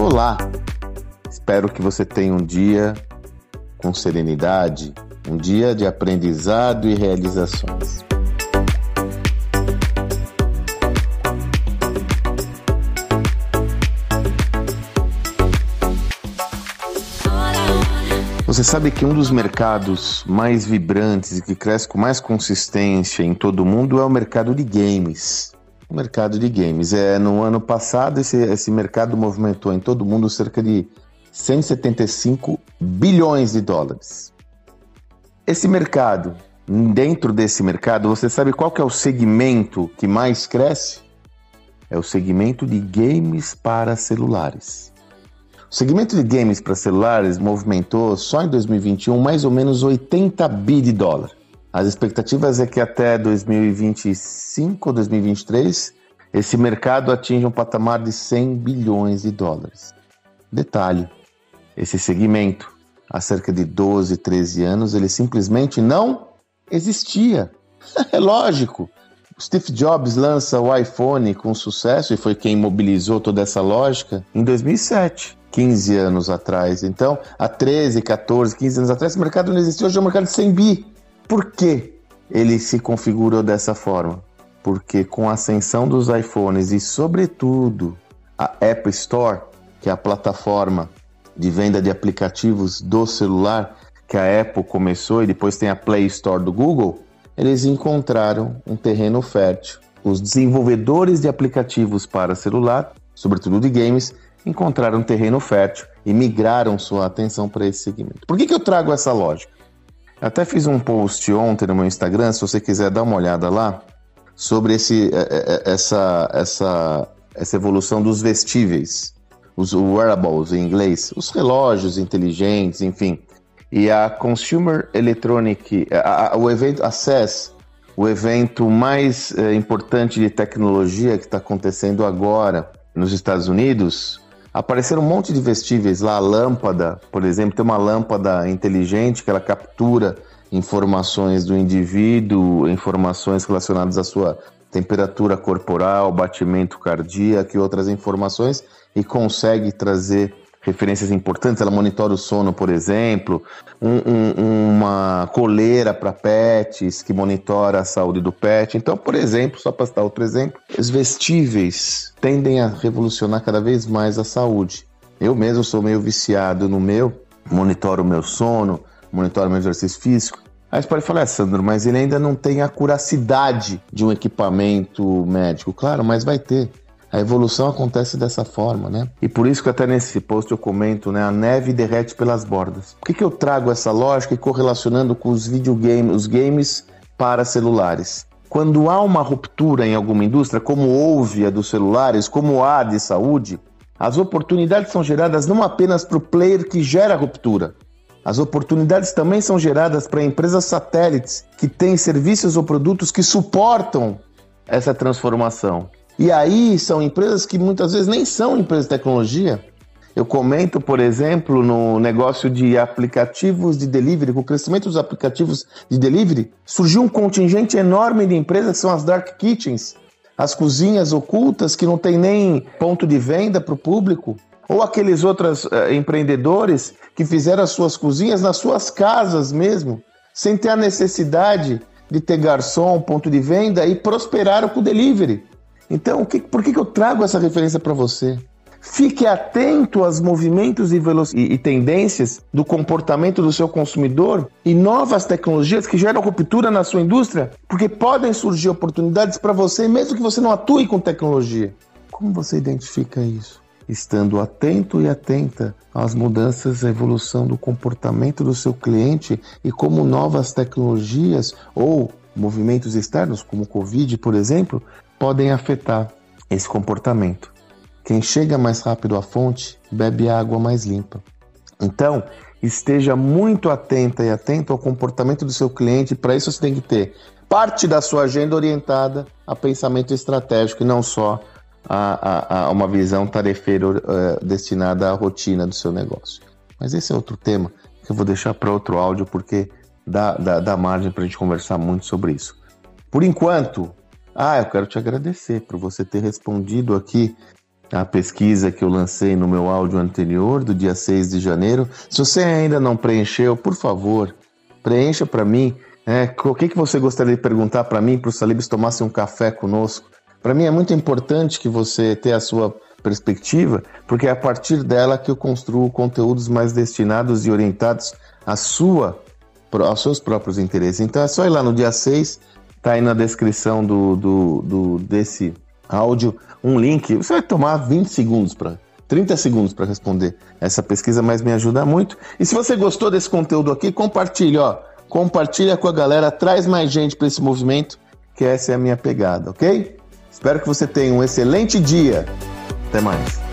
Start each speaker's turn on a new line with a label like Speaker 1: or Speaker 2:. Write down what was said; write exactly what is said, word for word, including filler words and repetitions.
Speaker 1: Olá! Espero que você tenha um dia com serenidade, um dia de aprendizado e realizações. Você sabe que um dos mercados mais vibrantes e que cresce com mais consistência em todo o mundo é o mercado de games. O mercado de games. É, no ano passado, esse, esse mercado movimentou em todo o mundo cerca de cento e setenta e cinco bilhões de dólares. Esse mercado, dentro desse mercado, você sabe qual que é o segmento que mais cresce? É o segmento de games para celulares. O segmento de games para celulares movimentou só em dois mil e vinte e um mais ou menos oitenta bilhões de dólares. As expectativas é que até dois mil e vinte e cinco ou dois mil e vinte e três esse mercado atinja um patamar de cem bilhões de dólares. Detalhe, esse segmento, há cerca de doze, treze anos, ele simplesmente não existia. É lógico. Steve Jobs lança o iPhone com sucesso e foi quem mobilizou toda essa lógica em dois mil e sete. quinze anos atrás. Então, há treze, quatorze, quinze anos atrás, esse mercado não existia. Hoje é um mercado de cem bi. Por que ele se configurou dessa forma? Porque com a ascensão dos iPhones e, sobretudo, a App Store, que é a plataforma de venda de aplicativos do celular, que a Apple começou e depois tem a Play Store do Google, eles encontraram um terreno fértil. Os desenvolvedores de aplicativos para celular, sobretudo de games, encontraram um terreno fértil e migraram sua atenção para esse segmento. Por que que eu trago essa lógica? Eu até fiz um post ontem no meu Instagram, se você quiser dar uma olhada lá, sobre esse, essa, essa, essa evolução dos vestíveis, os wearables em inglês, os relógios inteligentes, enfim. E a Consumer Electronic, a, a, o evento, a C E S, o evento mais é, importante de tecnologia que está acontecendo agora nos Estados Unidos, apareceram um monte de vestíveis lá, a lâmpada, por exemplo, tem uma lâmpada inteligente que ela captura informações do indivíduo, informações relacionadas à sua temperatura corporal, batimento cardíaco e outras informações e consegue trazer referências importantes. Ela monitora o sono, por exemplo, um, um, uma coleira para pets que monitora a saúde do pet. Então, por exemplo, só para citar outro exemplo, os vestíveis tendem a revolucionar cada vez mais a saúde. Eu mesmo sou meio viciado no meu, monitoro o meu sono, monitoro o meu exercício físico. Aí você pode falar, é, Sandro, mas ele ainda não tem a curacidade de um equipamento médico. Claro, mas vai ter. A evolução acontece dessa forma, né? E por isso que até nesse post eu comento, né? A neve derrete pelas bordas. Por que que eu trago essa lógica e correlacionando com os videogames, os games para celulares? Quando há uma ruptura em alguma indústria, como houve a dos celulares, como há de saúde, as oportunidades são geradas não apenas para o player que gera a ruptura. As oportunidades também são geradas para empresas satélites que têm serviços ou produtos que suportam essa transformação. E aí são empresas que muitas vezes nem são empresas de tecnologia. Eu comento, por exemplo, no negócio de aplicativos de delivery, com o crescimento dos aplicativos de delivery, surgiu um contingente enorme de empresas que são as dark kitchens, as cozinhas ocultas que não tem nem ponto de venda para o público, ou aqueles outros uh, empreendedores que fizeram as suas cozinhas nas suas casas mesmo, sem ter a necessidade de ter garçom, ponto de venda, e prosperaram com o delivery. Então, que, por que, que eu trago essa referência para você? Fique atento aos movimentos e, veloc... e, e tendências do comportamento do seu consumidor e novas tecnologias que geram ruptura na sua indústria, porque podem surgir oportunidades para você, mesmo que você não atue com tecnologia. Como você identifica isso? Estando atento e atenta às mudanças, à evolução do comportamento do seu cliente e como novas tecnologias ou movimentos externos, como o Covid, por exemplo, podem afetar esse comportamento. Quem chega mais rápido à fonte, bebe água mais limpa. Então, esteja muito atenta e atento ao comportamento do seu cliente. Para isso você tem que ter parte da sua agenda orientada a pensamento estratégico e não só a, a, a uma visão tarefeira uh, destinada à rotina do seu negócio. Mas esse é outro tema que eu vou deixar para outro áudio, porque dá, dá, dá margem para a gente conversar muito sobre isso. Por enquanto, ah, eu quero te agradecer por você ter respondido aqui a pesquisa que eu lancei no meu áudio anterior, do dia seis de janeiro. Se você ainda não preencheu, por favor, preencha para mim. É, o que, que você gostaria de perguntar para mim, para o Salibs tomasse um café conosco? Para mim é muito importante que você tenha a sua perspectiva, porque é a partir dela que eu construo conteúdos mais destinados e orientados à sua, aos seus próprios interesses. Então é só ir lá no dia seis, tá aí na descrição do, do, do, desse áudio, um link. Você vai tomar vinte segundos para trinta segundos para responder essa pesquisa, mas me ajuda muito. E se você gostou desse conteúdo aqui, compartilha, ó. Compartilha com a galera, traz mais gente para esse movimento, que essa é a minha pegada, ok? Espero que você tenha um excelente dia. Até mais.